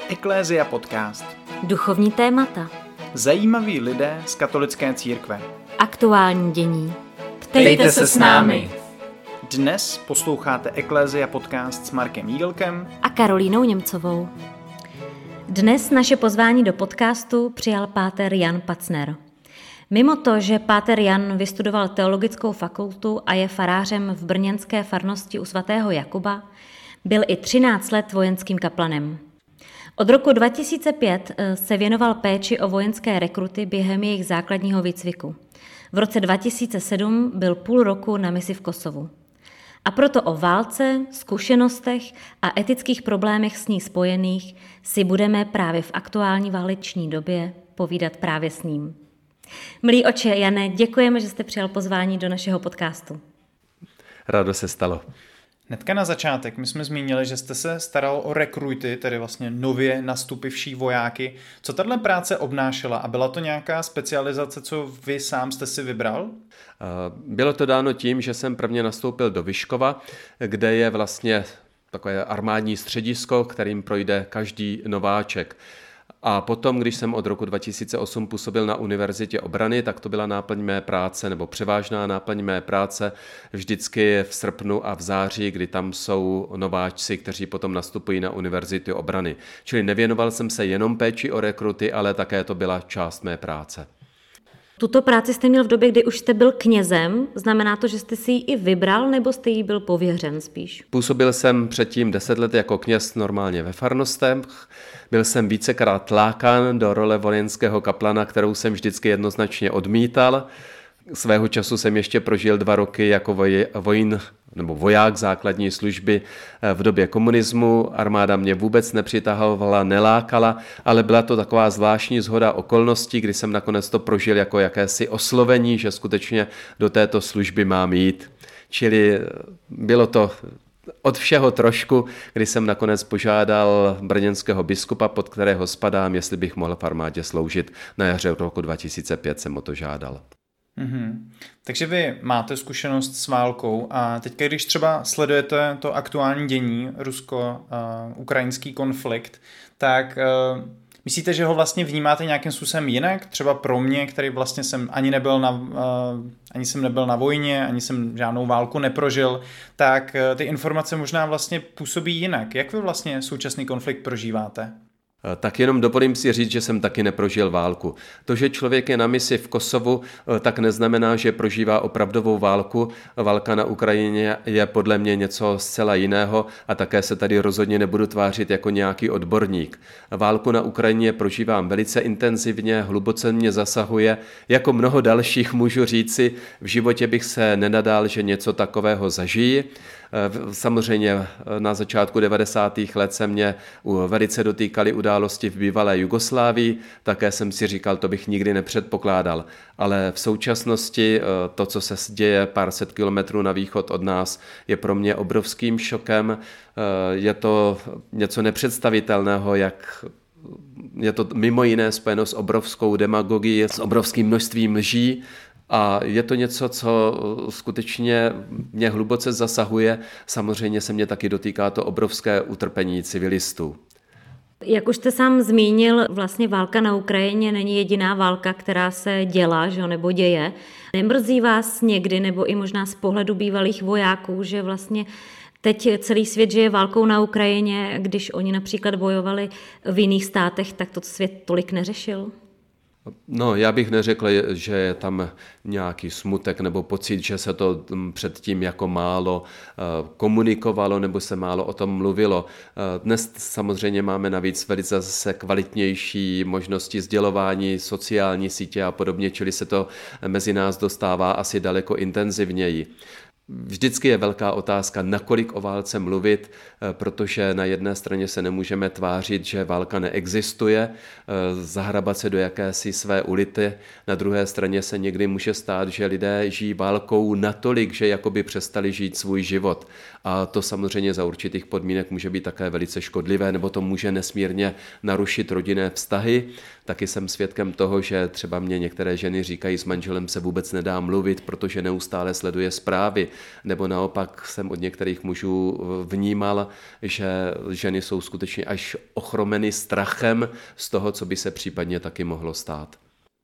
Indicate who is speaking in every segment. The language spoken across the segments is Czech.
Speaker 1: Eklézia podcast.
Speaker 2: Duchovní témata.
Speaker 1: Zajímaví lidé z katolické církve.
Speaker 2: Aktuální dění.
Speaker 3: Ptejte se s námi.
Speaker 1: Dnes posloucháte Eklézia podcast s Markem Jídelkem
Speaker 2: a Karolínou Němcovou. Dnes naše pozvání do podcastu přijal páter Jan Pacner. Mimo to, že páter Jan vystudoval teologickou fakultu a je farářem v brněnské farnosti u svatého Jakuba, byl i 13 let vojenským kaplanem. Od roku 2005 se věnoval péči o vojenské rekruty během jejich základního výcviku. V roce 2007 byl půl roku na misi v Kosovu. A proto o válce, zkušenostech a etických problémech s ní spojených si budeme právě v aktuální váleční době povídat právě s ním. Milý oče Jane, děkujeme, že jste přijal pozvání do našeho podcastu.
Speaker 3: Rádo se stalo.
Speaker 1: Hnedka na začátek my jsme zmínili, že jste se staral o rekruty, tedy vlastně nově nastupivší vojáky. Co tato práce obnášela a byla to nějaká specializace, co vy sám jste si vybral?
Speaker 3: Bylo to dáno tím, že jsem prvně nastoupil do Vyškova, kde je vlastně takové armádní středisko, kterým projde každý nováček. A potom, když jsem od roku 2008 působil na Univerzitě obrany, tak to byla náplň mé práce, nebo převážná náplň mé práce vždycky v srpnu a v září, kdy tam jsou nováčci, kteří potom nastupují na Univerzitu obrany. Čili nevěnoval jsem se jenom péči o rekruty, ale také to byla část mé práce.
Speaker 2: Tuto práci jste měl v době, kdy už jste byl knězem, znamená to, že jste si ji i vybral, nebo jste jí byl pověřen spíš?
Speaker 3: Působil jsem předtím 10 let jako kněz normálně ve farnostech, byl jsem vícekrát lákán do role vojenského kaplana, kterou jsem vždycky jednoznačně odmítal. Svého času jsem ještě prožil 2 roky jako voják základní služby v době komunismu. Armáda mě vůbec nepřitahovala, nelákala, ale byla to taková zvláštní shoda okolností, kdy jsem nakonec to prožil jako jakési oslovení, že skutečně do této služby mám jít. Čili bylo to od všeho trošku, kdy jsem nakonec požádal brněnského biskupa, pod kterého spadám, jestli bych mohl v armádě sloužit. Na jaře roku 2005 jsem o to žádal.
Speaker 1: Takže vy máte zkušenost s válkou a teď, když třeba sledujete to aktuální dění, rusko-ukrajinský konflikt, tak myslíte, že ho vlastně vnímáte nějakým způsobem jinak? Třeba pro mě, který vlastně jsem ani jsem nebyl na vojně, ani jsem žádnou válku neprožil, tak ty informace možná vlastně působí jinak. Jak vy vlastně současný konflikt prožíváte?
Speaker 3: Tak jenom dovolím si říct, že jsem taky neprožil válku. To, že člověk je na misi v Kosovu, tak neznamená, že prožívá opravdovou válku. Válka na Ukrajině je podle mě něco zcela jiného a také se tady rozhodně nebudu tvářit jako nějaký odborník. Válku na Ukrajině prožívám velice intenzivně, hluboce mě zasahuje. Jako mnoho dalších můžu říci, v životě bych se nenadal, že něco takového zažiji. Samozřejmě na začátku 90. let se mě velice dotýkaly události v bývalé Jugoslávii, také jsem si říkal, to bych nikdy nepředpokládal, ale v současnosti to, co se děje pár set kilometrů na východ od nás, je pro mě obrovským šokem, je to něco nepředstavitelného, jak je to mimo jiné spojeno s obrovskou demagogií, s obrovským množstvím lží. A je to něco, co skutečně mě hluboce zasahuje. Samozřejmě se mě taky dotýká to obrovské utrpení civilistů.
Speaker 2: Jak už jste sám zmínil, vlastně válka na Ukrajině není jediná válka, která se dělá, nebo děje. Nemrzí vás někdy, nebo i možná z pohledu bývalých vojáků, že vlastně teď celý svět žije válkou na Ukrajině, když oni například bojovali v jiných státech, tak to svět tolik neřešil?
Speaker 3: No, já bych neřekl, že je tam nějaký smutek nebo pocit, že se to předtím jako málo komunikovalo nebo se málo o tom mluvilo. Dnes samozřejmě máme navíc velice zase kvalitnější možnosti sdělování, sociální sítě a podobně, čili se to mezi nás dostává asi daleko intenzivněji. Vždycky je velká otázka, nakolik o válce mluvit, protože na jedné straně se nemůžeme tvářit, že válka neexistuje, zahrabat se do jakési své ulity, na druhé straně se někdy může stát, že lidé žijí válkou natolik, že jakoby přestali žít svůj život. A to samozřejmě za určitých podmínek může být také velice škodlivé, nebo to může nesmírně narušit rodinné vztahy. Taky jsem svědkem toho, že třeba mě některé ženy říkají, s manželem se vůbec nedá mluvit, protože neustále sleduje zprávy. nebo naopak jsem od některých mužů vnímal, že ženy jsou skutečně až ochromeny strachem z toho, co by se případně taky mohlo stát.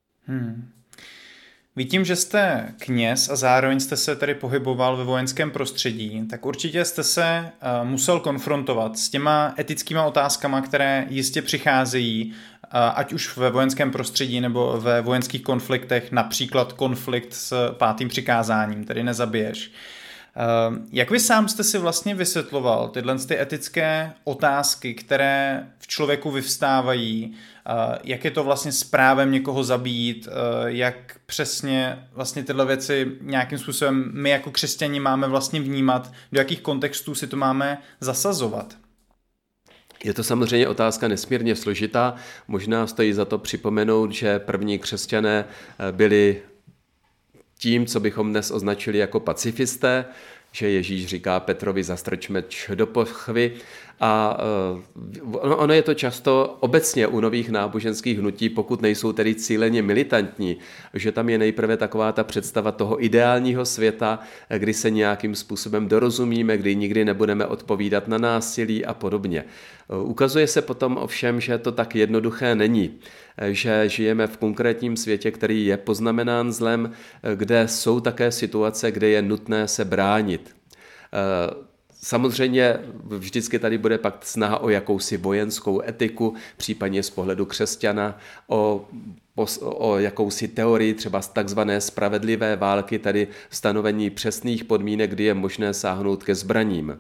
Speaker 1: Vím, že jste kněz a zároveň jste se tedy pohyboval ve vojenském prostředí, tak určitě jste se musel konfrontovat s těma etickýma otázkama, které jistě přicházejí, ať už ve vojenském prostředí nebo ve vojenských konfliktech, například konflikt s 5. přikázáním, tedy nezabiješ. Jak vy sám jste si vlastně vysvětloval tyhle ty etické otázky, které v člověku vyvstávají, jak je to vlastně s právem někoho zabít, jak přesně vlastně tyhle věci nějakým způsobem my jako křesťani máme vlastně vnímat, do jakých kontextů si to máme zasazovat?
Speaker 3: Je to samozřejmě otázka nesmírně složitá. Možná stojí za to připomenout, že první křesťané byli tím, co bychom dnes označili jako pacifisté, že Ježíš říká Petrovi zastrč meč do pochvy a ono je to často obecně u nových náboženských hnutí, pokud nejsou tedy cíleně militantní, že tam je nejprve taková ta představa toho ideálního světa, kdy se nějakým způsobem dorozumíme, kdy nikdy nebudeme odpovídat na násilí a podobně. Ukazuje se potom ovšem, že to tak jednoduché není, že žijeme v konkrétním světě, který je poznamenán zlem, kde jsou také situace, kde je nutné se bránit. Samozřejmě vždycky tady bude pak snaha o jakousi vojenskou etiku, případně z pohledu křesťana, o jakousi teorii třeba z takzvané spravedlivé války, tedy stanovení přesných podmínek, kdy je možné sáhnout ke zbraním.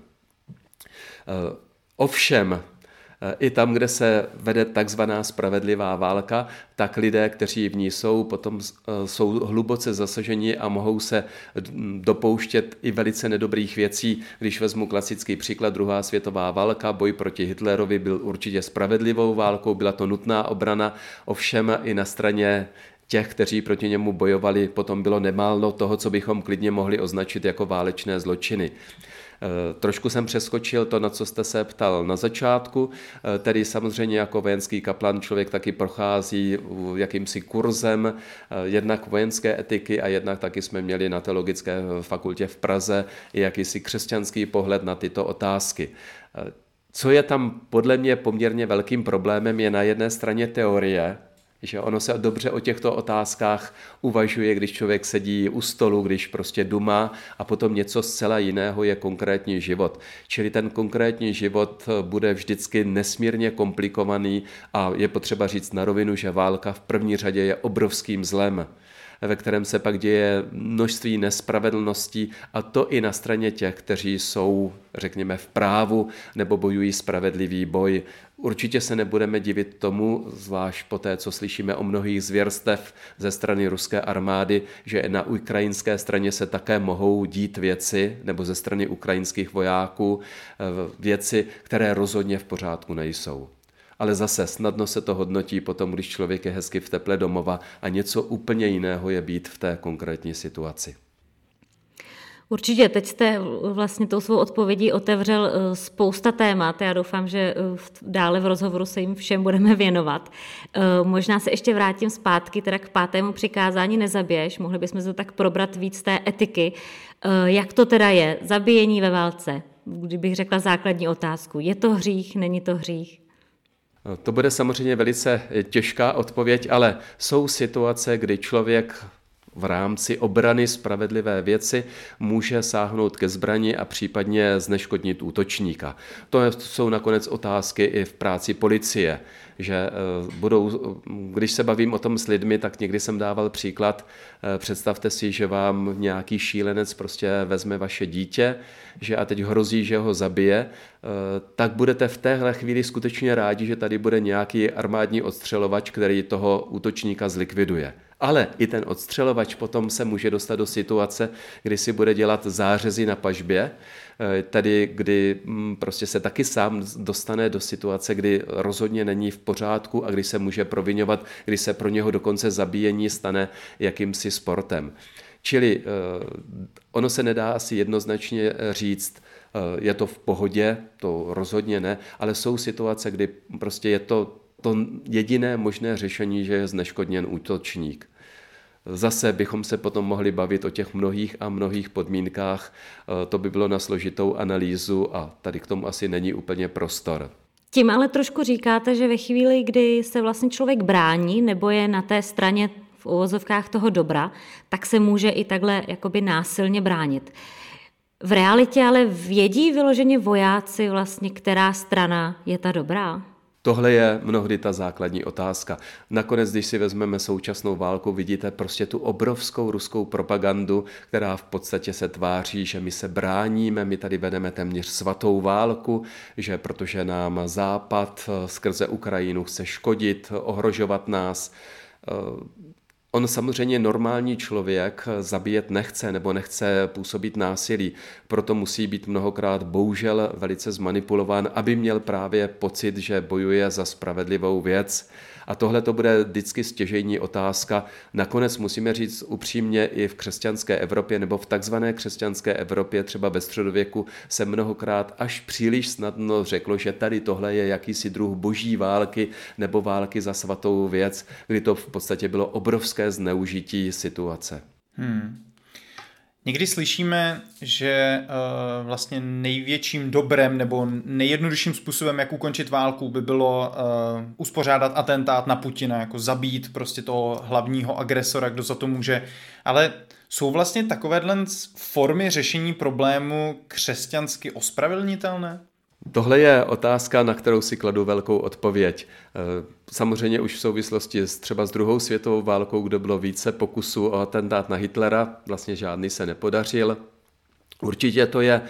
Speaker 3: Ovšem, i tam, kde se vede takzvaná spravedlivá válka, tak lidé, kteří v ní jsou, potom jsou hluboce zasaženi a mohou se dopouštět i velice nedobrých věcí. Když vezmu klasický příklad, druhá světová válka, boj proti Hitlerovi byl určitě spravedlivou válkou, byla to nutná obrana, ovšem i na straně těch, kteří proti němu bojovali, potom bylo nemálo toho, co bychom klidně mohli označit jako válečné zločiny. Trošku jsem přeskočil to, na co jste se ptal na začátku, tedy samozřejmě jako vojenský kaplan člověk taky prochází jakýmsi kurzem jednak vojenské etiky a jednak taky jsme měli na Teologické fakultě v Praze i jakýsi křesťanský pohled na tyto otázky. Co je tam podle mě poměrně velkým problémem, je na jedné straně teorie, že ono se dobře o těchto otázkách uvažuje, když člověk sedí u stolu, když prostě dumá a potom něco zcela jiného je konkrétní život. Čili ten konkrétní život bude vždycky nesmírně komplikovaný a je potřeba říct na rovinu, že válka v první řadě je obrovským zlem, ve kterém se pak děje množství nespravedlností a to i na straně těch, kteří jsou, řekněme, v právu nebo bojují spravedlivý boj. Určitě se nebudeme divit tomu, zvlášť po té, co slyšíme o mnohých zvěrstev ze strany ruské armády, že na ukrajinské straně se také mohou dít věci, nebo ze strany ukrajinských vojáků věci, které rozhodně v pořádku nejsou. Ale zase snadno se to hodnotí potom, když člověk je hezky v teple domova a něco úplně jiného je být v té konkrétní situaci.
Speaker 2: Určitě, teď jste vlastně tou svou odpovědí otevřel spousta témat. Já doufám, že dále v rozhovoru se jim všem budeme věnovat. Možná se ještě vrátím zpátky teda k 5. přikázání nezabiješ. Mohli bychom to tak probrat víc té etiky. Jak to teda je? Zabíjení ve válce. Kdybych řekla základní otázku. Je to hřích, není to hřích?
Speaker 3: To bude samozřejmě velice těžká odpověď, ale jsou situace, kdy člověk v rámci obrany spravedlivé věci může sáhnout ke zbrani a případně zneškodnit útočníka. To jsou nakonec otázky i v práci policie, že když se bavím o tom s lidmi, tak někdy jsem dával příklad, představte si, že vám nějaký šílenec prostě vezme vaše dítě, že a teď hrozí, že ho zabije, tak budete v téhle chvíli skutečně rádi, že tady bude nějaký armádní odstřelovač, který toho útočníka zlikviduje. Ale i ten odstřelovač potom se může dostat do situace, kdy si bude dělat zářezy na pažbě, tedy kdy prostě se taky sám dostane do situace, kdy rozhodně není v pořádku a kdy se může proviňovat, kdy se pro něho dokonce zabíjení stane jakýmsi sportem. Čili ono se nedá asi jednoznačně říct, je to v pohodě, to rozhodně ne, ale jsou situace, kdy prostě je to jediné možné řešení, že je zneškodněn útočník. Zase bychom se potom mohli bavit o těch mnohých a mnohých podmínkách, to by bylo na složitou analýzu a tady k tomu asi není úplně prostor.
Speaker 2: Tím ale trošku říkáte, že ve chvíli, kdy se vlastně člověk brání nebo je na té straně v uvozovkách toho dobra, tak se může i takhle jakoby násilně bránit. V realitě ale vědí vyloženě vojáci vlastně, která strana je ta dobrá?
Speaker 3: Tohle je mnohdy ta základní otázka. Nakonec, když si vezmeme současnou válku, vidíte prostě tu obrovskou ruskou propagandu, která v podstatě se tváří, že my se bráníme, my tady vedeme téměř svatou válku, že protože nám Západ skrze Ukrajinu chce škodit, ohrožovat nás. On samozřejmě normální člověk zabíjet nechce nebo nechce působit násilí, proto musí být mnohokrát bohužel velice zmanipulován, aby měl právě pocit, že bojuje za spravedlivou věc. A tohle to bude vždycky stěžejní otázka. Nakonec musíme říct upřímně, i v křesťanské Evropě nebo v takzvané křesťanské Evropě, třeba ve středověku, se mnohokrát až příliš snadno řeklo, že tady tohle je jakýsi druh boží války nebo války za svatou věc, kdy to v podstatě bylo obrovské zneužití situace.
Speaker 1: Někdy slyšíme, že vlastně největším dobrem nebo nejjednodušším způsobem, jak ukončit válku, by bylo uspořádat atentát na Putina, jako zabít prostě toho hlavního agresora, kdo za to může. Ale jsou vlastně takovéhle formy řešení problému křesťansky ospravedlnitelné?
Speaker 3: Tohle je otázka, na kterou si kladu velkou odpověď. Samozřejmě už v souvislosti třeba s druhou světovou válkou, kde bylo více pokusů o atentát na Hitlera, vlastně žádný se nepodařil. Určitě to je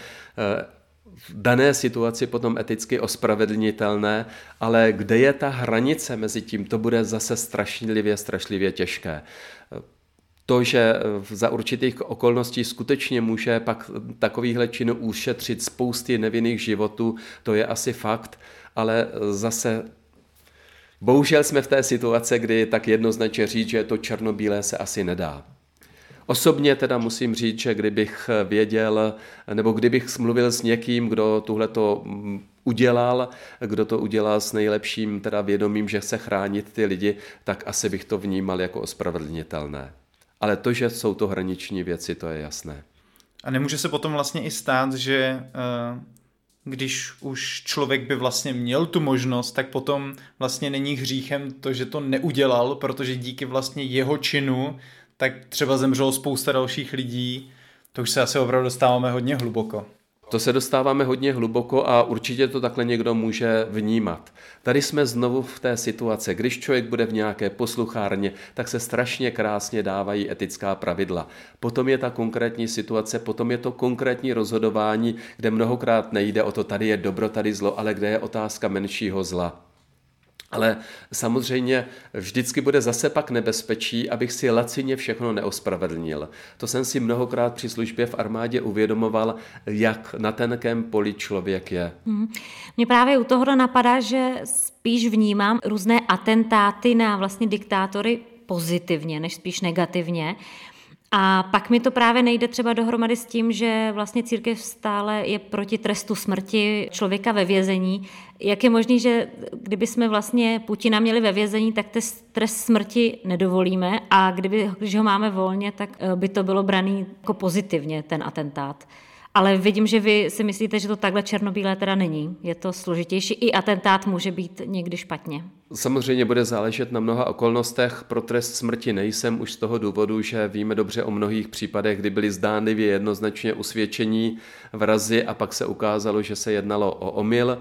Speaker 3: v dané situaci potom eticky ospravedlnitelné, ale kde je ta hranice mezi tím, to bude zase strašlivě těžké. To, že za určitých okolností skutečně může pak takovýhle čin ušetřit spousty nevinných životů, to je asi fakt, ale zase bohužel jsme v té situaci, kdy tak jednoznačně říct, že to černobílé se asi nedá. Osobně teda musím říct, že kdybych věděl, nebo kdybych mluvil s někým, kdo tuhleto udělal, kdo to udělal s nejlepším teda vědomím, že chce chránit ty lidi, tak asi bych to vnímal jako ospravedlnitelné. Ale to, že jsou to hraniční věci, to je jasné.
Speaker 1: A nemůže se potom vlastně i stát, že když už člověk by vlastně měl tu možnost, tak potom vlastně není hříchem to, že to neudělal, protože díky vlastně jeho činu tak třeba zemřelo spousta dalších lidí. To už se asi opravdu dostáváme hodně hluboko.
Speaker 3: To se dostáváme hodně hluboko a určitě to takhle někdo může vnímat. Tady jsme znovu v té situaci, když člověk bude v nějaké posluchárně, tak se strašně krásně dávají etická pravidla. Potom je ta konkrétní situace, potom je to konkrétní rozhodování, kde mnohokrát nejde o to, tady je dobro, tady zlo, ale kde je otázka menšího zla. Ale samozřejmě vždycky bude zase pak nebezpečí, abych si lacině všechno neospravedlnil. To jsem si mnohokrát při službě v armádě uvědomoval, jak na tenkém poli člověk je.
Speaker 2: Mně právě u tohohle napadá, že spíš vnímám různé atentáty na vlastně diktátory pozitivně, než spíš negativně. A pak mi to právě nejde třeba dohromady s tím, že vlastně církev stále je proti trestu smrti člověka ve vězení. Jak je možné, že kdyby jsme vlastně Putina měli ve vězení, tak trest smrti nedovolíme a když ho máme volně, tak by to bylo braný jako pozitivně, ten atentát. Ale vidím, že vy si myslíte, že to takhle černobílé teda není. Je to složitější. I atentát může být někdy špatně.
Speaker 3: Samozřejmě bude záležet na mnoha okolnostech. Pro trest smrti nejsem už z toho důvodu, že víme dobře o mnohých případech, kdy byli zdánlivě jednoznačně usvědčení vrazi a pak se ukázalo, že se jednalo o omyl.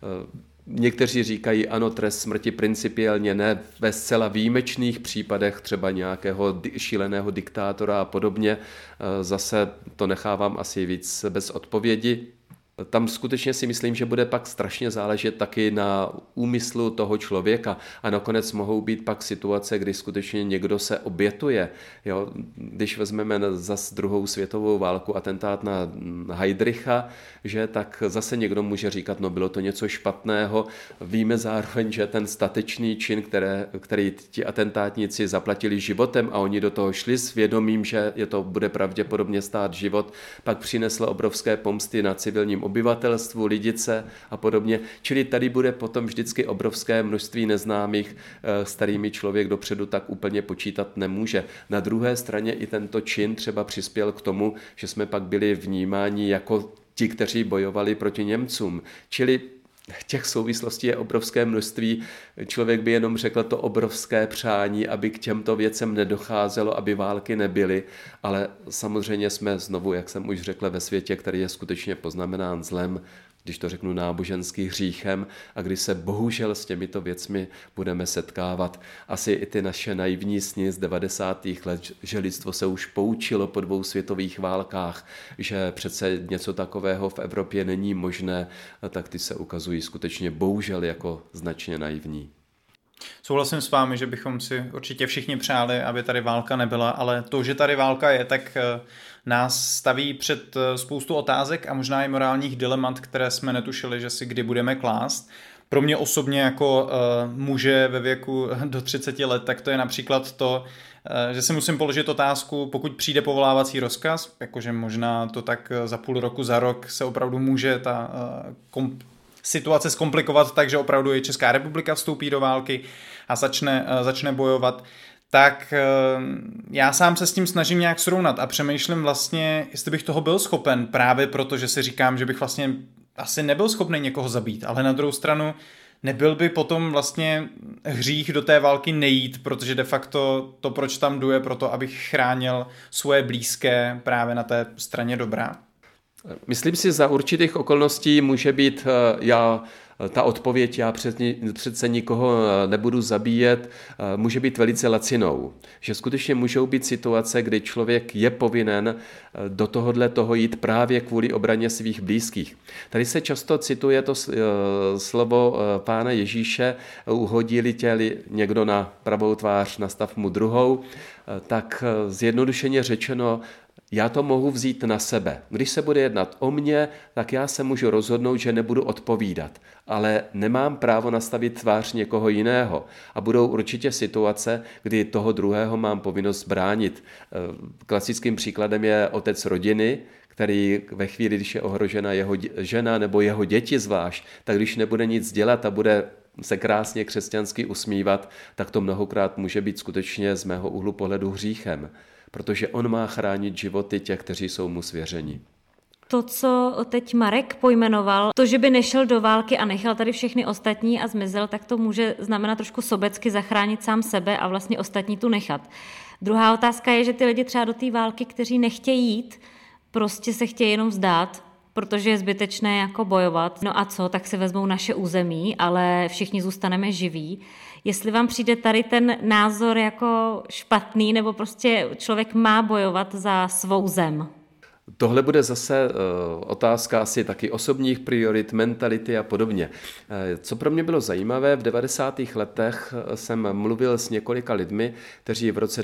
Speaker 3: Někteří říkají, ano, trest smrti principiálně ne, ve zcela výjimečných případech třeba nějakého šíleného diktátora a podobně. Zase to nechávám asi víc bez odpovědi. Tam skutečně si myslím, že bude pak strašně záležet taky na úmyslu toho člověka a nakonec mohou být pak situace, kdy skutečně někdo se obětuje. Jo? Když vezmeme zas druhou světovou válku, atentát na Heydricha, že tak zase někdo může říkat, no bylo to něco špatného. Víme zároveň, že ten statečný čin, který ti atentátníci zaplatili životem a oni do toho šli s vědomím, že je to bude pravděpodobně stát život, pak přinesl obrovské pomsty na civilním obyvatelstvu, lidice a podobně. Čili tady bude potom vždycky obrovské množství neznámých, s kterými člověk dopředu tak úplně počítat nemůže. Na druhé straně i tento čin třeba přispěl k tomu, že jsme pak byli vnímáni jako ti, kteří bojovali proti Němcům. Čili těch souvislostí je obrovské množství. Člověk by jenom řekl to obrovské přání, aby k těmto věcem nedocházelo, aby války nebyly, ale samozřejmě jsme znovu, jak jsem už řekl, ve světě, který je skutečně poznamenán zlem, když to řeknu náboženský hříchem, a kdy se bohužel s těmito věcmi budeme setkávat. Asi i ty naše naivní sny z 90. let, že lidstvo se už poučilo po 2 světových válkách, že přece něco takového v Evropě není možné, tak ty se ukazují skutečně bohužel jako značně naivní.
Speaker 1: Souhlasím s vámi, že bychom si určitě všichni přáli, aby tady válka nebyla, ale to, že tady válka je, tak nás staví před spoustu otázek a možná i morálních dilemat, které jsme netušili, že si kdy budeme klást. Pro mě osobně jako muže ve věku do 30 let, tak to je například to, že si musím položit otázku, pokud přijde povolávací rozkaz, jakože možná to tak za půl roku, za rok se opravdu může ta situace zkomplikovat tak, že opravdu i Česká republika vstoupí do války a začne bojovat, tak já sám se s tím snažím nějak srovnat a přemýšlím vlastně, jestli bych toho byl schopen, právě proto, že si říkám, že bych vlastně asi nebyl schopný někoho zabít, ale na druhou stranu nebyl by potom vlastně hřích do té války nejít, protože de facto to, proč tam jdu, je proto, abych chránil svoje blízké právě na té straně dobra.
Speaker 3: Myslím si, za určitých okolností může být ta odpověď, já přece nikoho nebudu zabíjet, může být velice lacinou. Že skutečně můžou být situace, kdy člověk je povinen do toho jít právě kvůli obraně svých blízkých. Tady se často cituje to slovo Pána Ježíše, uhodí-li tě někdo na pravou tvář, nastav mu druhou, tak zjednodušeně řečeno, já to mohu vzít na sebe. Když se bude jednat o mě, tak já se můžu rozhodnout, že nebudu odpovídat. Ale nemám právo nastavit tvář někoho jiného. A budou určitě situace, kdy toho druhého mám povinnost bránit. Klasickým příkladem je otec rodiny, který ve chvíli, když je ohrožena jeho žena nebo jeho děti zvlášť, tak když nebude nic dělat a bude se krásně křesťansky usmívat, tak to mnohokrát může být skutečně z mého úhlu pohledu hříchem. Protože on má chránit životy těch, kteří jsou mu svěřeni.
Speaker 2: To, co teď Marek pojmenoval, to, že by nešel do války a nechal tady všechny ostatní a zmizel, tak to může znamenat trošku sobecky zachránit sám sebe a vlastně ostatní tu nechat. Druhá otázka je, že ty lidi třeba do té války, kteří nechtějí jít, prostě se chtějí jenom vzdát, protože je zbytečné jako bojovat. No a co, tak si vezmou naše území, ale všichni zůstaneme živí. Jestli vám přijde tady ten názor jako špatný, nebo prostě člověk má bojovat za svou zem?
Speaker 3: Tohle bude zase otázka asi taky osobních priorit, mentality a podobně. Co pro mě bylo zajímavé, v 90. letech jsem mluvil s několika lidmi, kteří v roce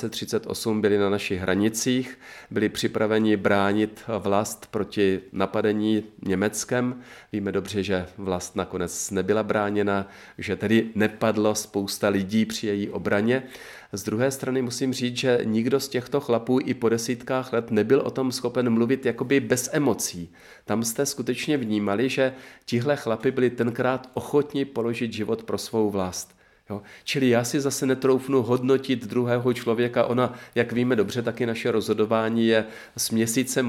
Speaker 3: 1938 byli na našich hranicích, byli připraveni bránit vlast proti napadení Německem. Víme dobře, že vlast nakonec nebyla bráněna, že tedy nepadlo spousta lidí při její obraně. Z druhé strany musím říct, že nikdo z těchto chlapů i po desítkách let nebyl o tom schopen mluvit jakoby bez emocí. Tam jste skutečně vnímali, že tihle chlapi byli tenkrát ochotni položit život pro svou vlast. Jo? Čili já si zase netroufnu hodnotit druhého člověka. Ona, jak víme dobře, taky naše rozhodování je směsice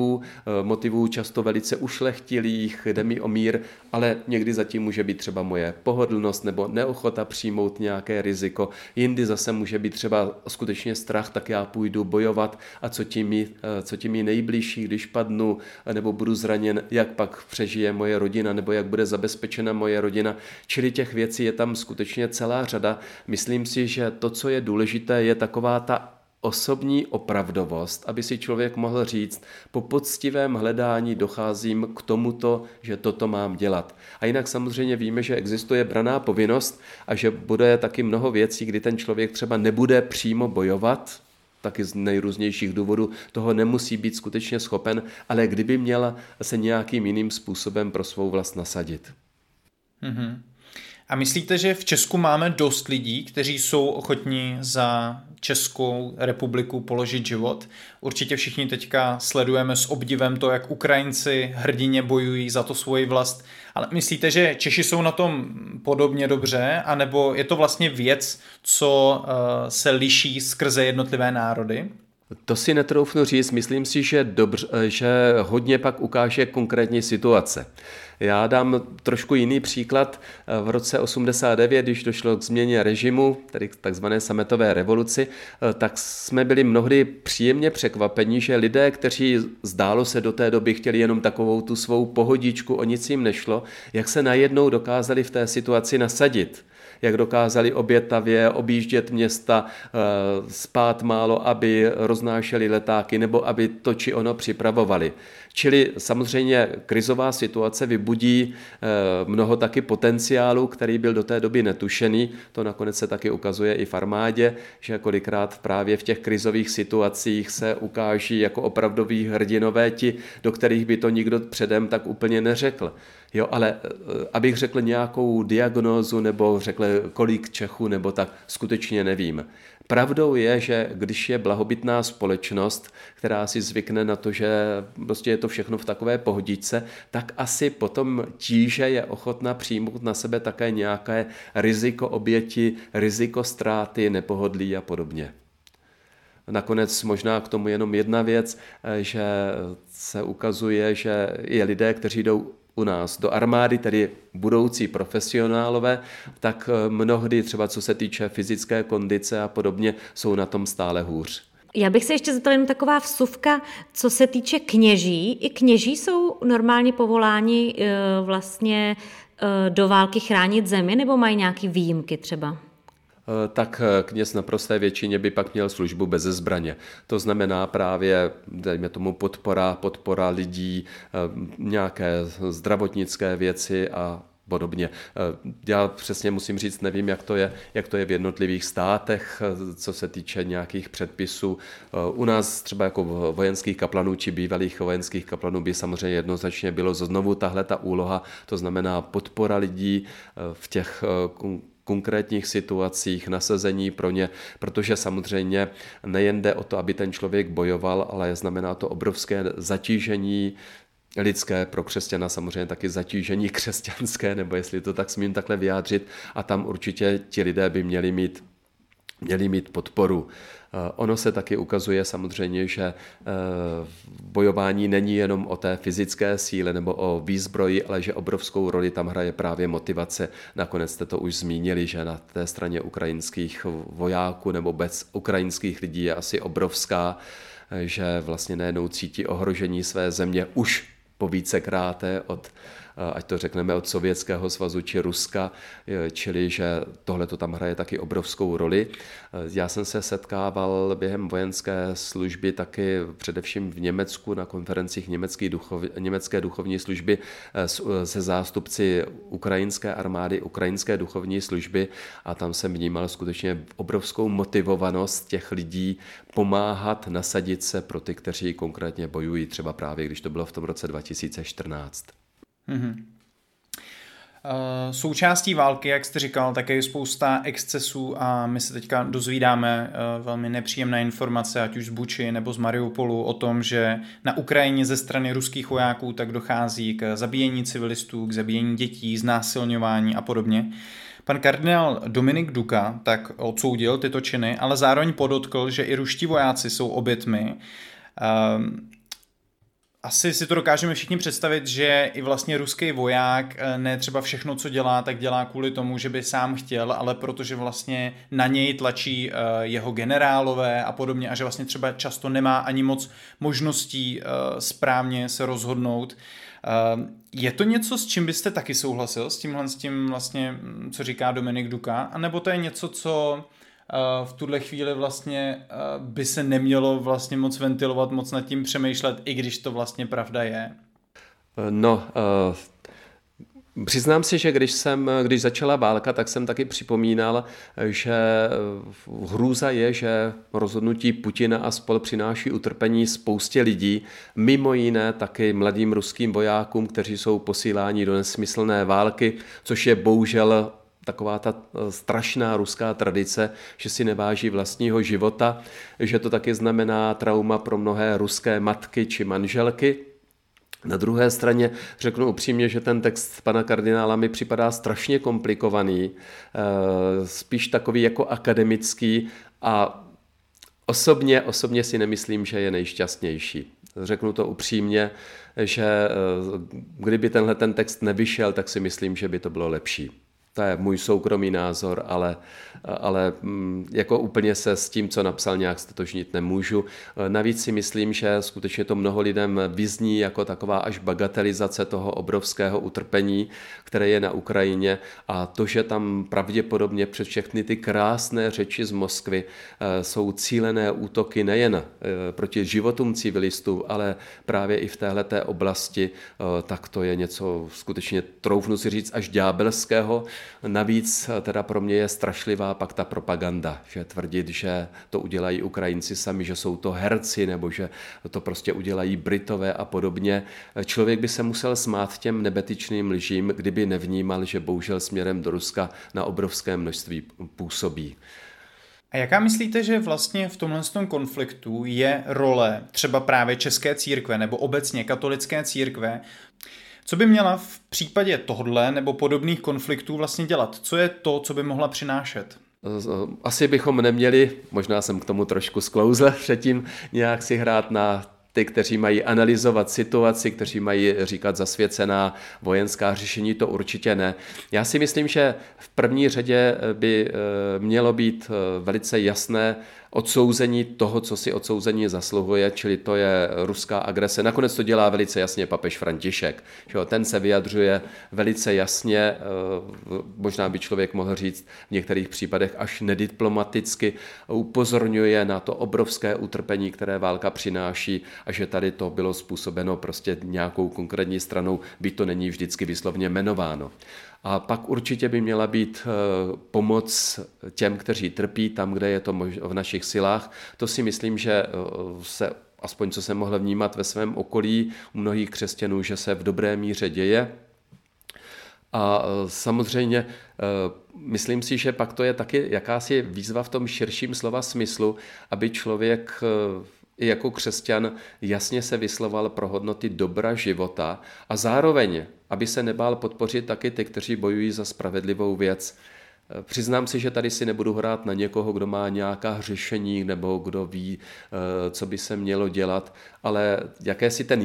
Speaker 3: motivů často velice ušlechtilých, jde mi o mír, ale někdy zatím může být třeba moje pohodlnost nebo neochota přijmout nějaké riziko. Jindy zase může být třeba skutečně strach, tak já půjdu bojovat a co ti mi nejbližší, když padnu nebo budu zraněn, jak pak přežije moje rodina nebo jak bude zabezpečena moje rodina. Čili těch věcí je tam skutečně celá řada. Myslím si, že to, co je důležité, je taková ta osobní opravdovost, aby si člověk mohl říct, po poctivém hledání docházím k tomuto, že toto mám dělat. A jinak samozřejmě víme, že existuje branná povinnost a že bude taky mnoho věcí, kdy ten člověk třeba nebude přímo bojovat, taky z nejrůznějších důvodů, toho nemusí být skutečně schopen, ale kdyby měla se nějakým jiným způsobem pro svou vlast nasadit.
Speaker 1: Mm-hmm. A myslíte, že v Česku máme dost lidí, kteří jsou ochotní za Českou republiku položit život? Určitě všichni teďka sledujeme s obdivem to, jak Ukrajinci hrdinně bojují za to svoji vlast. Ale myslíte, že Češi jsou na tom podobně dobře? A nebo je to vlastně věc, co se liší skrze jednotlivé národy?
Speaker 3: To si netroufnu říct, myslím si, že hodně pak ukáže konkrétní situace. Já dám trošku jiný příklad. V roce 89, když došlo k změně režimu, tedy k takzvané sametové revoluci, tak jsme byli mnohdy příjemně překvapeni, že lidé, kteří zdálo se do té doby chtěli jenom takovou tu svou pohodičku, o nic jim nešlo, jak se najednou dokázali v té situaci nasadit. Jak dokázali obětavě objíždět města, spát málo, aby roznášeli letáky nebo aby to či ono připravovali. Čili samozřejmě krizová situace vybudí mnoho taky potenciálu, který byl do té doby netušený. To nakonec se taky ukazuje i v armádě, že kolikrát právě v těch krizových situacích se ukáží jako opravdoví hrdinové ti, do kterých by to nikdo předem tak úplně neřekl. Jo, ale abych řekl nějakou diagnózu nebo řekl kolik Čechů nebo tak, skutečně nevím. Pravdou je, že když je blahobytná společnost, která si zvykne na to, že prostě je to všechno v takové pohodičce, tak asi potom tíže je ochotna přijmout na sebe také nějaké riziko oběti, riziko ztráty, nepohodlí a podobně. Nakonec možná k tomu jenom jedna věc, že se ukazuje, že je lidé, kteří jdou u nás do armády, tedy budoucí profesionálové, tak mnohdy třeba co se týče fyzické kondice a podobně, jsou na tom stále hůř.
Speaker 2: Já bych se ještě zeptala jenom taková vsuvka, co se týče kněží. I kněží jsou normálně povoláni vlastně do války chránit zemi, nebo mají nějaké výjimky třeba?
Speaker 3: Tak kněz na prosté většině by pak měl službu beze zbraně. To znamená právě, dejme tomu, podpora lidí, nějaké zdravotnické věci a podobně. Já přesně musím říct, nevím, jak to je v jednotlivých státech, co se týče nějakých předpisů. U nás třeba jako vojenských kaplanů či bývalých vojenských kaplanů by samozřejmě jednoznačně bylo znovu tahle ta úloha, to znamená podpora lidí v těch konkrétních situacích, nasazení pro ně, protože samozřejmě nejen jde o to, aby ten člověk bojoval, ale znamená to obrovské zatížení lidské, pro křesťana samozřejmě taky zatížení křesťanské, nebo jestli to tak smím takhle vyjádřit, a tam určitě ti lidé by měli mít podporu. Ono se taky ukazuje samozřejmě, že bojování není jenom o té fyzické síle nebo o výzbroji, ale že obrovskou roli tam hraje právě motivace. Nakonec jste to už zmínili, že na té straně ukrajinských vojáků nebo bez ukrajinských lidí je asi obrovská, že vlastně najednou cítí ohrožení své země už po vícekráté ať to řekneme od Sovětského svazu či Ruska, čili že tohle to tam hraje taky obrovskou roli. Já jsem se setkával během vojenské služby taky především v Německu na konferencích německé duchovní služby se zástupci ukrajinské armády, ukrajinské duchovní služby, a tam jsem vnímal skutečně obrovskou motivovanost těch lidí pomáhat, nasadit se pro ty, kteří konkrétně bojují, třeba právě když to bylo v tom roce 2014.
Speaker 1: Součástí války, jak jste říkal, také je spousta excesů a my se teďka dozvídáme velmi nepříjemné informace, ať už z Buči nebo z Mariupolu, o tom, že na Ukrajině ze strany ruských vojáků tak dochází k zabíjení civilistů, k zabíjení dětí, znásilňování a podobně. Pan kardinál Dominik Duka tak odsoudil tyto činy, ale zároveň podotkl, že i ruští vojáci jsou obětmi. Asi si to dokážeme všichni představit, že i vlastně ruský voják ne třeba všechno, co dělá, tak dělá kvůli tomu, že by sám chtěl, ale protože vlastně na něj tlačí jeho generálové a podobně a že vlastně třeba často nemá ani moc možností správně se rozhodnout. Je to něco, s čím byste taky souhlasil, s tím vlastně, co říká Dominik Duka, anebo to je něco, co v tuhle chvíli vlastně by se nemělo vlastně moc ventilovat, moc nad tím přemýšlet, i když to vlastně pravda je?
Speaker 3: Přiznám si, že když začala válka, tak jsem taky připomínal, že hrůza je, že rozhodnutí Putina a spol přináší utrpení spoustě lidí, mimo jiné taky mladým ruským vojákům, kteří jsou posíláni do nesmyslné války, což je bohužel taková ta strašná ruská tradice, že si neváží vlastního života, že to taky znamená trauma pro mnohé ruské matky či manželky. Na druhé straně řeknu upřímně, že ten text pana kardinála mi připadá strašně komplikovaný, spíš takový jako akademický a osobně si nemyslím, že je nejšťastnější. Řeknu to upřímně, že kdyby ten text nevyšel, tak si myslím, že by to bylo lepší. To je můj soukromý názor, ale jako úplně se s tím, co napsal, nějak stotožnit nemůžu. Navíc si myslím, že skutečně to mnoho lidem vyzní jako taková až bagatelizace toho obrovského utrpení, které je na Ukrajině, a to, že tam pravděpodobně přes všechny ty krásné řeči z Moskvy jsou cílené útoky nejen proti životům civilistů, ale právě i v téhleté oblasti, tak to je něco skutečně, troufnu si říct, až ďábelského. Navíc teda pro mě je strašlivá pak ta propaganda, že tvrdit, že to udělají Ukrajinci sami, že jsou to herci, nebo že to prostě udělají Britové a podobně. Člověk by se musel smát těm nebetyčným lžím, kdyby nevnímal, že bohužel směrem do Ruska na obrovské množství působí.
Speaker 1: A jaká myslíte, že vlastně v tomhle konfliktu je role třeba právě české církve nebo obecně katolické církve? Co by měla v případě tohodle nebo podobných konfliktů vlastně dělat? Co je to, co by mohla přinášet?
Speaker 3: Asi bychom neměli, možná jsem k tomu trošku sklouzl předtím, nějak si hrát na ty, kteří mají analyzovat situaci, kteří mají říkat zasvěcená vojenská řešení, to určitě ne. Já si myslím, že v první řadě by mělo být velice jasné odsouzení toho, co si odsouzení zasluhuje, čili to je ruská agrese. Nakonec to dělá velice jasně papež František. Ten se vyjadřuje velice jasně, možná by člověk mohl říct v některých případech až nediplomaticky, upozorňuje na to obrovské utrpení, které válka přináší, a že tady to bylo způsobeno prostě nějakou konkrétní stranou, byť to není vždycky výslovně jmenováno. A pak určitě by měla být pomoc těm, kteří trpí tam, kde je to v našich silách. To si myslím, že se, aspoň co jsem mohl vnímat ve svém okolí u mnohých křesťanů, že se v dobré míře děje. A samozřejmě myslím si, že pak to je taky jakási výzva v tom širším slova smyslu, aby člověk i jako křesťan jasně se vysloval pro hodnoty dobra života a zároveň, aby se nebál podpořit taky ty, kteří bojují za spravedlivou věc. Přiznám si, že tady si nebudu hrát na někoho, kdo má nějaká řešení nebo kdo ví, co by se mělo dělat, ale jakési ten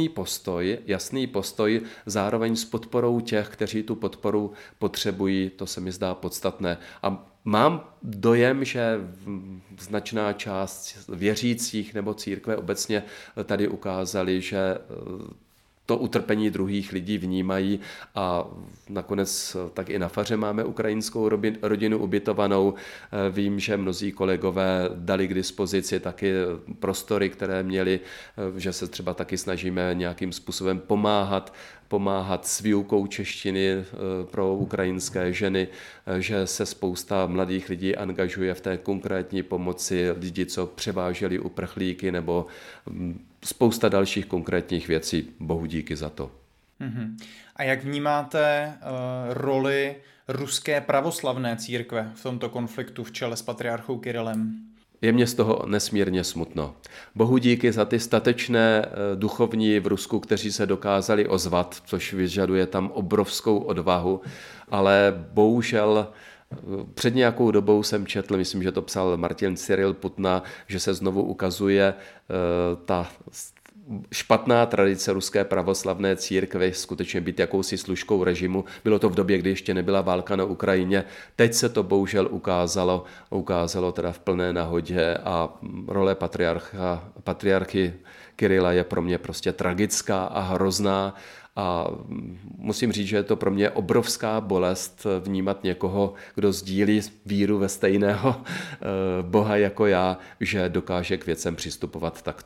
Speaker 3: jasný postoj zároveň s podporou těch, kteří tu podporu potřebují, to se mi zdá podstatné. A mám dojem, že značná část věřících nebo církve obecně tady ukázali, že to utrpení druhých lidí vnímají, a nakonec tak i na faře máme ukrajinskou rodinu ubytovanou. Vím, že mnozí kolegové dali k dispozici taky prostory, které měli, že se třeba taky snažíme nějakým způsobem pomáhat s výukou češtiny pro ukrajinské ženy, že se spousta mladých lidí angažuje v té konkrétní pomoci, lidi, co převáželi uprchlíky, nebo spousta dalších konkrétních věcí. Bohu díky za to.
Speaker 1: A jak vnímáte roli ruské pravoslavné církve v tomto konfliktu v čele s patriarchou Kirilem?
Speaker 3: Je mě z toho nesmírně smutno. Bohu díky za ty statečné duchovní v Rusku, kteří se dokázali ozvat, což vyžaduje tam obrovskou odvahu, ale bohužel před nějakou dobou jsem četl, myslím, že to psal Martin Cyril Putna, že se znovu ukazuje ta špatná tradice ruské pravoslavné církve skutečně být jakousi služkou režimu. Bylo to v době, kdy ještě nebyla válka na Ukrajině. Teď se to bohužel ukázalo teda v plné nahotě, a role patriarchy Kirila je pro mě prostě tragická a hrozná. A musím říct, že je to pro mě obrovská bolest vnímat někoho, kdo sdílí víru ve stejného Boha jako já, že dokáže k věcem přistupovat takto.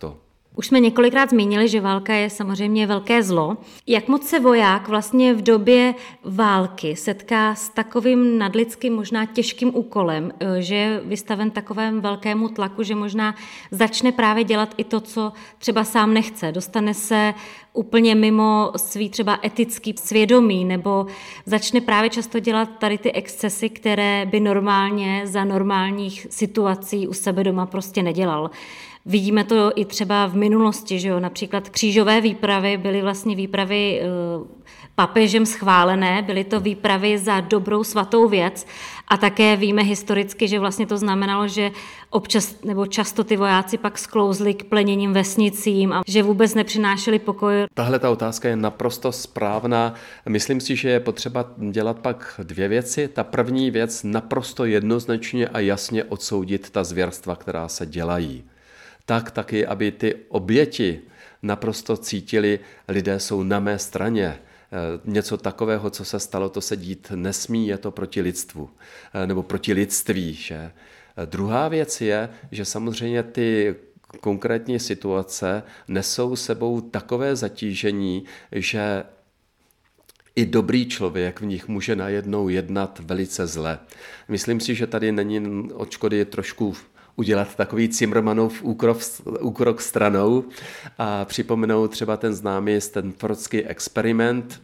Speaker 2: Už jsme několikrát zmínili, že válka je samozřejmě velké zlo. Jak moc se voják vlastně v době války setká s takovým nadlidským, možná těžkým úkolem, že je vystaven takovému velkému tlaku, že možná začne právě dělat i to, co třeba sám nechce. Dostane se úplně mimo svý třeba etický svědomí, nebo začne právě často dělat tady ty excesy, které by normálně za normálních situací u sebe doma prostě nedělal. Vidíme to i třeba v minulosti, že jo? Například křížové výpravy byly vlastně výpravy papežem schválené, byly to výpravy za dobrou svatou věc a také víme historicky, že vlastně to znamenalo, že občas nebo často ty vojáci pak sklouzli k pleněním vesnicím a že vůbec nepřinášeli pokoj.
Speaker 3: Tahle ta otázka je naprosto správná. Myslím si, že je potřeba dělat pak dvě věci. Ta první věc naprosto jednoznačně a jasně odsoudit ta zvěrstva, která se dělají. Tak taky, aby ty oběti naprosto cítili, lidé jsou na mé straně. Něco takového, co se stalo, to se dít nesmí, je to proti lidstvu, nebo proti lidství. Že? Druhá věc je, že samozřejmě ty konkrétní situace nesou sebou takové zatížení, že i dobrý člověk v nich může najednou jednat velice zle. Myslím si, že tady není od škody trošku udělat takový Zimmermannův úkrok stranou a připomenout třeba ten známý stanfordský experiment,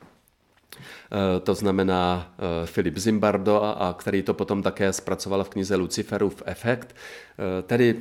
Speaker 3: to znamená Philip Zimbardo, a který to potom také zpracoval v knize Luciferův efekt, tedy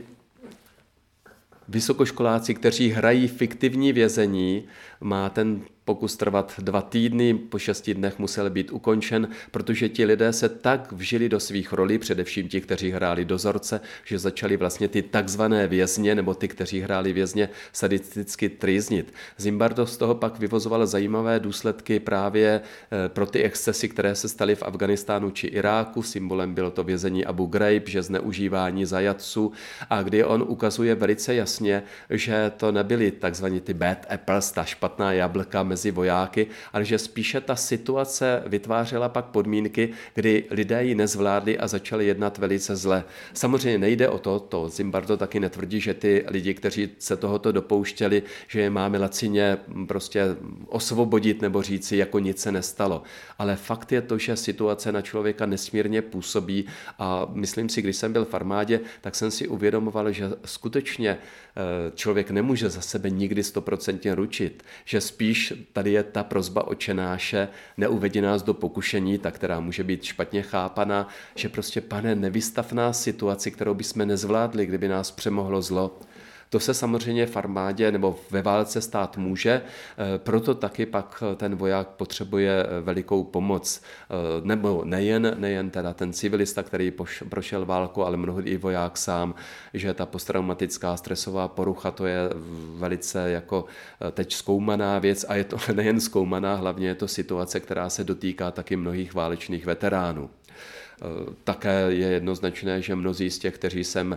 Speaker 3: vysokoškoláci, kteří hrají fiktivní vězení, má ten pokus trvat 2 týdny, po 6 dnech musel být ukončen, protože ti lidé se tak vžili do svých rolí, především ti, kteří hráli dozorce, že začali vlastně ty takzvané vězně, nebo ty, kteří hráli vězně, sadisticky trýznit. Zimbardo z toho pak vyvozoval zajímavé důsledky právě pro ty excesy, které se staly v Afghánistánu či Iráku. Symbolem bylo to vězení Abu Ghraib, že zneužívání zajatců, a kdy on ukazuje velice jasně, že to nebyly takzvaní ty bad apples, ta špatná jablka mezi vojáky, ale že spíše ta situace vytvářela pak podmínky, kdy lidé ji nezvládli a začali jednat velice zle. Samozřejmě nejde o to Zimbardo taky netvrdí, že ty lidi, kteří se tohoto dopouštěli, že je máme lacině prostě osvobodit nebo říci, jako nic se nestalo. Ale fakt je to, že situace na člověka nesmírně působí a myslím si, když jsem byl v armádě, tak jsem si uvědomoval, že skutečně člověk nemůže za sebe nikdy 100% ručit, že spíš tady je ta prosba Otčenáše, neuvedi nás do pokušení, ta, která může být špatně chápaná, že prostě Pane, nevystav nás situaci, kterou bychom nezvládli, kdyby nás přemohlo zlo. To se samozřejmě v armádě nebo ve válce stát může, proto taky pak ten voják potřebuje velikou pomoc. Nebo nejen teda ten civilista, který prošel válku, ale mnohdy i voják sám, že ta posttraumatická stresová porucha, to je velice jako teď zkoumaná věc a je to nejen zkoumaná, hlavně je to situace, která se dotýká taky mnohých válečných veteránů. Také je jednoznačné, že mnozí z těch, kteří sem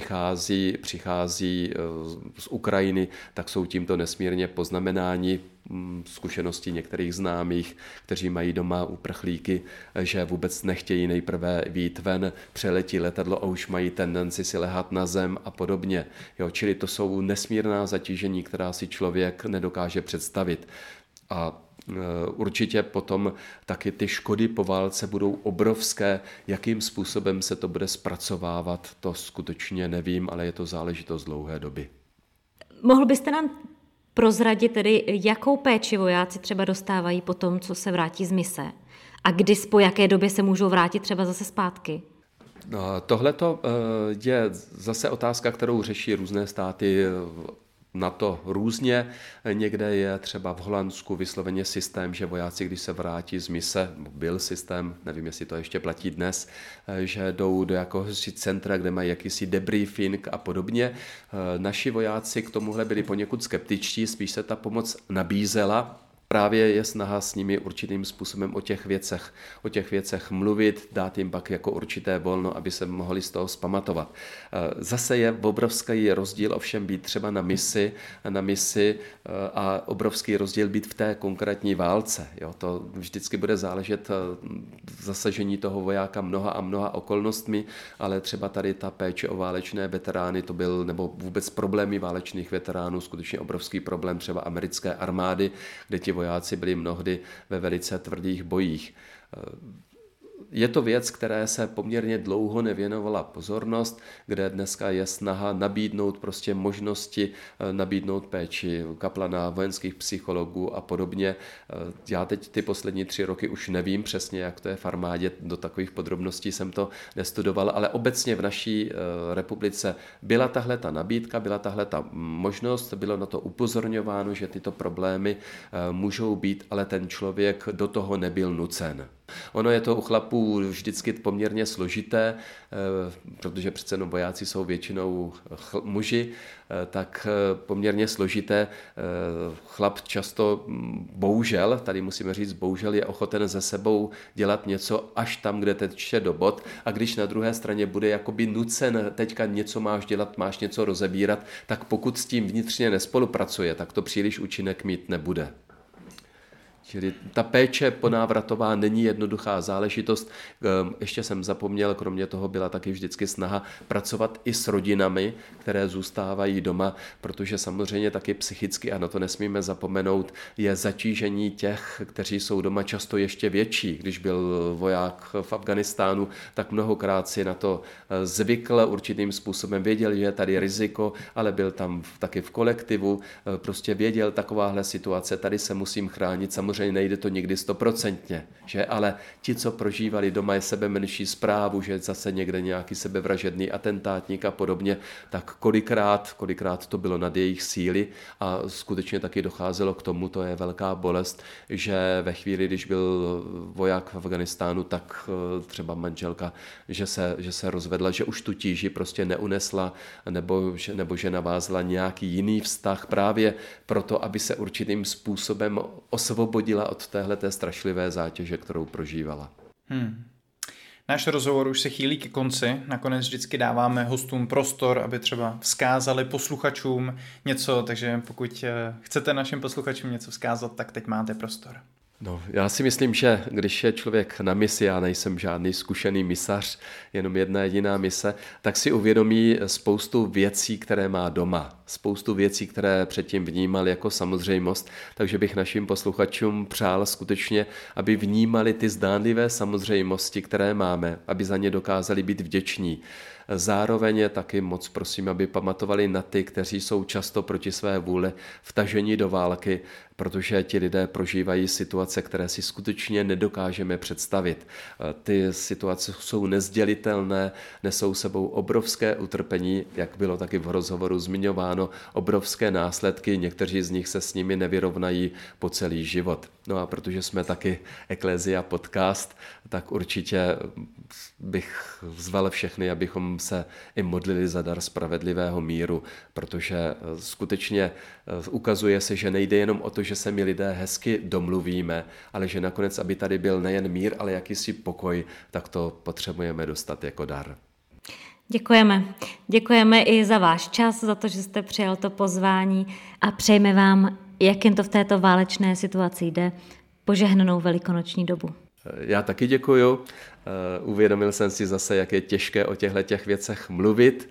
Speaker 3: přichází z Ukrajiny, tak jsou tímto nesmírně poznamenáni. Zkušenosti některých známých, kteří mají doma uprchlíky, že vůbec nechtějí nejprve vyjít ven, přeletí letadlo a už mají tendenci si lehat na zem a podobně. Čili to jsou nesmírná zatížení, která si člověk nedokáže představit. A určitě potom taky ty škody po válce budou obrovské. Jakým způsobem se to bude zpracovávat, to skutečně nevím, ale je to záležitost dlouhé doby.
Speaker 2: Mohl byste nám prozradit tedy, jakou péči vojáci třeba dostávají po tom, co se vrátí z mise? A po jaké době se můžou vrátit třeba zase zpátky?
Speaker 3: Tohleto je zase otázka, kterou řeší různé státy na to různě. Někde je třeba v Holandsku vysloveně systém, že vojáci, když se vrátí z mise, byl systém, nevím, jestli to ještě platí dnes, že jdou do jakéhosi centra, kde mají jakýsi debriefing a podobně. Naši vojáci k tomuhle byli poněkud skeptičtí, spíš se ta pomoc nabízela, právě je snaha s nimi určitým způsobem o těch věcech mluvit, dát jim pak jako určité volno, aby se mohli z toho zpamatovat. Zase je obrovský rozdíl ovšem být třeba na misi a obrovský rozdíl být v té konkrétní válce. Jo? To vždycky bude záležet zasažení toho vojáka mnoha a mnoha okolnostmi, ale třeba tady ta péče o válečné veterány, to byl, nebo vůbec problémy válečných veteránů, skutečně obrovský problém třeba americké armády, kde ti vojáci byli mnohdy ve velice tvrdých bojích. Je to věc, které se poměrně dlouho nevěnovala pozornost, kde dneska je snaha nabídnout prostě možnosti, nabídnout péči kaplana, vojenských psychologů a podobně. Já teď ty poslední 3 roky už nevím přesně, jak to je v armádě, do takových podrobností jsem to nestudoval, ale obecně v naší republice byla tahle ta nabídka, byla tahle ta možnost, bylo na to upozorňováno, že tyto problémy můžou být, ale ten člověk do toho nebyl nucen. Ono je to u chlapů vždycky poměrně složité, protože přece vojáci jsou většinou muži, tak poměrně složité. Chlap často, bohužel, tady musíme říct, bohužel je ochoten ze sebou dělat něco až tam, kde teče do bod, a když na druhé straně bude jakoby nucen, teďka něco máš dělat, máš něco rozebírat, tak pokud s tím vnitřně nespolupracuje, tak to příliš účinek mít nebude. Čili ta péče ponávratová není jednoduchá záležitost. Ještě jsem zapomněl, kromě toho byla taky vždycky snaha pracovat i s rodinami, které zůstávají doma, protože samozřejmě taky psychicky, a na to nesmíme zapomenout, je zatížení těch, kteří jsou doma, často ještě větší. Když byl voják v Afghánistánu, tak mnohokrát si na to zvykl určitým způsobem, věděl, že je tady riziko, ale byl tam taky v kolektivu, prostě věděl, takováhle situace, tady se musím chránit. Samozřejmě nejde to nikdy 100%, že? Ale ti, co prožívali doma sebe menší zprávu, že zase někde nějaký sebevražedný atentátník a podobně, tak kolikrát to bylo nad jejich síly a skutečně taky docházelo k tomu, to je velká bolest, že ve chvíli, když byl voják v Afghánistánu, tak třeba manželka, že se rozvedla, že už tu tíži prostě neunesla, nebo že navázala nějaký jiný vztah právě proto, aby se určitým způsobem osvobodila od téhleté strašlivé zátěže, kterou prožívala.
Speaker 1: Náš rozhovor už se chýlí ke konci. Nakonec vždycky dáváme hostům prostor, aby třeba vzkázali posluchačům něco, takže pokud chcete našim posluchačům něco vzkázat, tak teď máte prostor.
Speaker 3: No, já si myslím, že když je člověk na misi, já nejsem žádný zkušený misař, jenom jedna jediná mise, tak si uvědomí spoustu věcí, které má doma. Spoustu věcí, které předtím vnímal jako samozřejmost, takže bych našim posluchačům přál skutečně, aby vnímali ty zdánlivé samozřejmosti, které máme, aby za ně dokázali být vděční. Zároveň je taky moc prosím, aby pamatovali na ty, kteří jsou často proti své vůli vtaženi do války, protože ti lidé prožívají situace, které si skutečně nedokážeme představit. Ty situace jsou nezdělitelné, nesou sebou obrovské utrpení, jak bylo taky v rozhovoru zmiňováno, obrovské následky, někteří z nich se s nimi nevyrovnají po celý život. No a protože jsme taky Ecclesia podcast, tak určitě bych vzval všechny, abychom se i modlili za dar spravedlivého míru, protože skutečně ukazuje se, že nejde jenom o to, že se my lidé hezky domluvíme, ale že nakonec, aby tady byl nejen mír, ale jakýsi pokoj, tak to potřebujeme dostat jako dar.
Speaker 2: Děkujeme. Děkujeme i za váš čas, za to, že jste přijal to pozvání a přejeme vám, jak jen to v této válečné situaci jde, požehnanou velikonoční dobu.
Speaker 3: Já taky děkuju. Uvědomil jsem si zase, jak je těžké o těchto věcech mluvit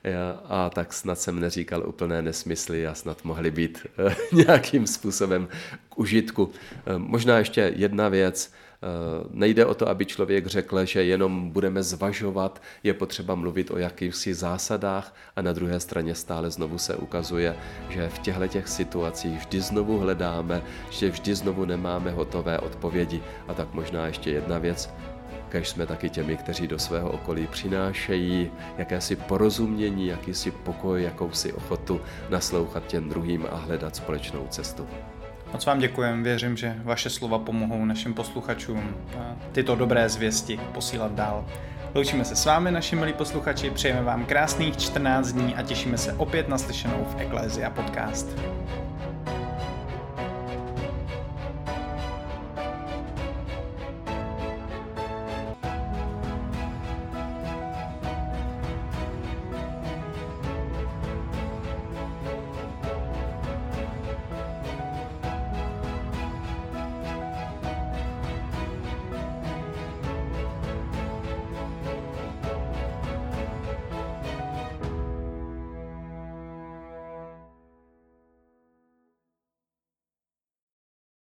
Speaker 3: a tak snad jsem neříkal úplné nesmysly a snad mohly být nějakým způsobem k užitku. Možná ještě jedna věc. Nejde o to, aby člověk řekl, že jenom budeme zvažovat, je potřeba mluvit o jakýchsi zásadách a na druhé straně stále znovu se ukazuje, že v těchto situacích vždy znovu hledáme, že vždy znovu nemáme hotové odpovědi. A tak možná ještě jedna věc, kež jsme taky těmi, kteří do svého okolí přinášejí jakési porozumění, jakýsi pokoj, jakousi ochotu naslouchat těm druhým a hledat společnou cestu.
Speaker 1: Moc vám děkujeme, věřím, že vaše slova pomohou našim posluchačům tyto dobré zvěsti posílat dál. Loučíme se s vámi, naši milí posluchači, přejeme vám krásných 14 dní a těšíme se opět na slyšenou v Ecclesia podcast.